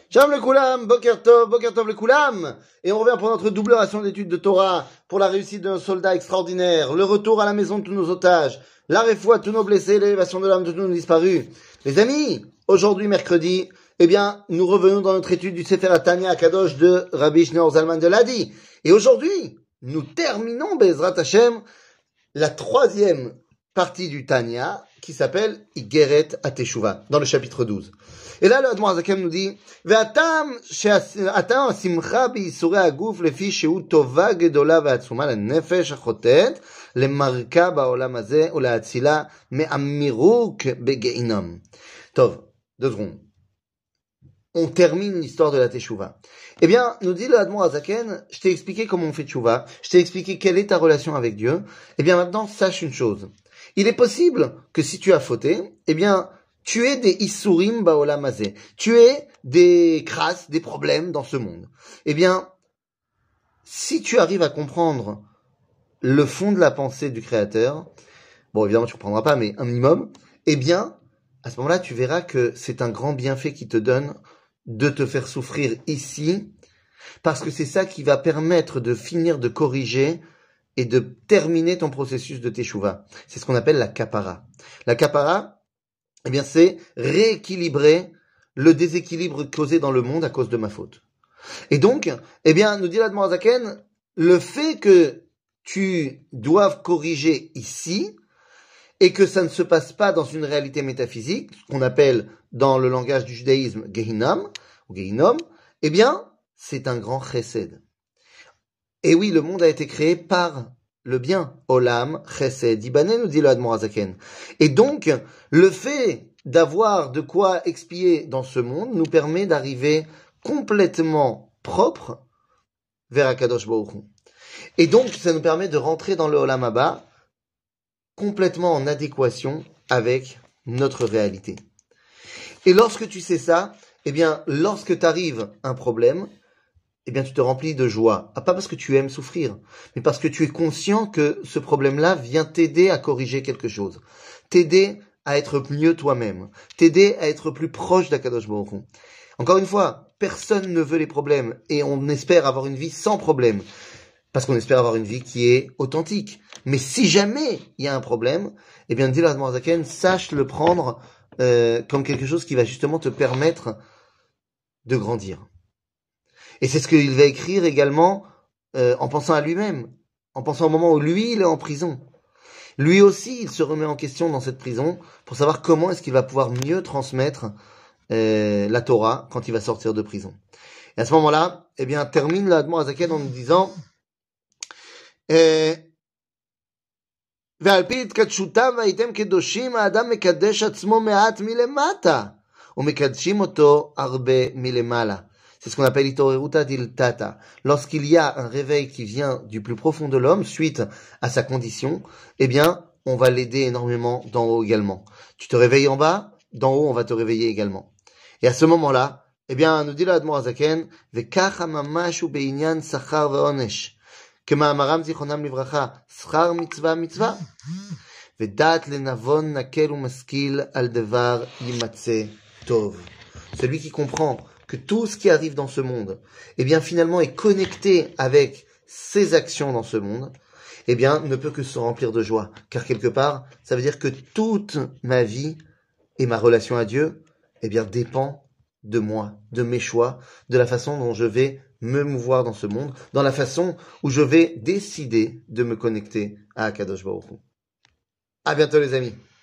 Shalom le Koulam, Boker Tov le Koulam. Et on revient pour notre double ration d'études de Torah, pour la réussite de nos soldats extraordinaires, le retour à la maison de tous nos otages, la réfoua de tous nos blessés, l'élévation de l'âme de tous nos disparus. Les amis, aujourd'hui mercredi, eh bien, nous revenons dans notre étude du Sefer HaTanya Akadosh de Rabbi Shneur Zalman de Ladi. Et aujourd'hui, nous terminons, Bezrat Hashem, la troisième partie du Tanya, qui s'appelle Igeret HaTeshuva, dans le chapitre 12. Et là, le Admor Hazaken nous dit, Ve'atam simcha b'yisurei haguf lefi shehu tova gedola ve'atzuma lenefesh hachotet lemarka ba'olam hazeh ule'atzila me'amiruk bege'inom. Tov, 2 secondes. On termine l'histoire de la Teshuva. Eh bien, nous dit le Admor Hazaken, je t'ai expliqué comment on fait Teshuva, je t'ai expliqué quelle est ta relation avec Dieu. Eh bien, maintenant, sache une chose. Il est possible que si tu as fauté, eh bien, tu es des isurim ba'olam hazeh. Tu es des crasses, des problèmes dans ce monde. Eh bien, si tu arrives à comprendre le fond de la pensée du Créateur, bon, évidemment, tu ne comprendras pas, mais un minimum, eh bien, à ce moment-là, tu verras que c'est un grand bienfait qui te donne de te faire souffrir ici, parce que c'est ça qui va permettre de finir de corriger et de terminer ton processus de teshuva. C'est ce qu'on appelle la kapara. La kapara, eh bien, c'est rééquilibrer le déséquilibre causé dans le monde à cause de ma faute. Et donc, eh bien, nous dit l'Admor Hazaken, le fait que tu doives corriger ici, et que ça ne se passe pas dans une réalité métaphysique, ce qu'on appelle dans le langage du judaïsme Gehinnom, ou Gehinnom, eh bien, c'est un grand chesed. Et oui, le monde a été créé par le bien. Olam, chesed, ibané, nous dit le Admor Hazaken. Et donc, le fait d'avoir de quoi expier dans ce monde nous permet d'arriver complètement propre vers Akadosh Baruch Hu. Et donc, ça nous permet de rentrer dans le Olam Haba complètement en adéquation avec notre réalité. Et lorsque tu sais ça, eh bien, lorsque t'arrive un problème, eh bien, tu te remplis de joie. Pas parce que tu aimes souffrir, mais parce que tu es conscient que ce problème-là vient t'aider à corriger quelque chose. T'aider à être mieux toi-même. T'aider à être plus proche d'Akadosh Baruch Hu. Encore une fois, personne ne veut les problèmes et on espère avoir une vie sans problème. Parce qu'on espère avoir une vie qui est authentique. Mais si jamais il y a un problème, eh bien, dit l'Admor Hazaken, sache le prendre comme quelque chose qui va justement te permettre de grandir. Et c'est ce qu'il va écrire également en pensant à lui-même, en pensant au moment où lui, il est en prison. Lui aussi, il se remet en question dans cette prison pour savoir comment est-ce qu'il va pouvoir mieux transmettre la Torah quand il va sortir de prison. Et à ce moment-là, eh bien, termine l'Admor Hazaken en nous disant ועל פי התקדשותיו והייתם קדושים, האדם מקדש עצמו מעט מלמטה, ומקדשים אותו הרבה מלמעלה. C'est ce qu'on appelle Itoreruta Diltata. Lorsqu'il y a un réveil qui vient du plus profond de l'homme, suite à sa condition, eh bien, on va l'aider énormément d'en haut également. Tu te réveilles en bas, d'en haut, on va te réveiller également. Et à ce moment-là, eh bien, nous dit l'Admor Hazaken, Vekach hamamash hu be'inyan sachar ve'onesh. כמאמרם זיכרונם לברכה, שכר מצווה מצווה, ודעת לנבון נקל ומשכיל על דבר יימצא טוב. Celui qui comprend que tout ce qui arrive dans ce monde, eh bien finalement est connecté avec ses actions dans ce monde, eh bien ne peut que se remplir de joie. Car quelque part, ça veut dire que toute ma vie et ma relation à Dieu, eh bien dépend de moi, de mes choix, de la façon dont je vais me mouvoir dans ce monde, dans la façon où je vais décider de me connecter à Akadosh Baruch Hu. À bientôt les amis.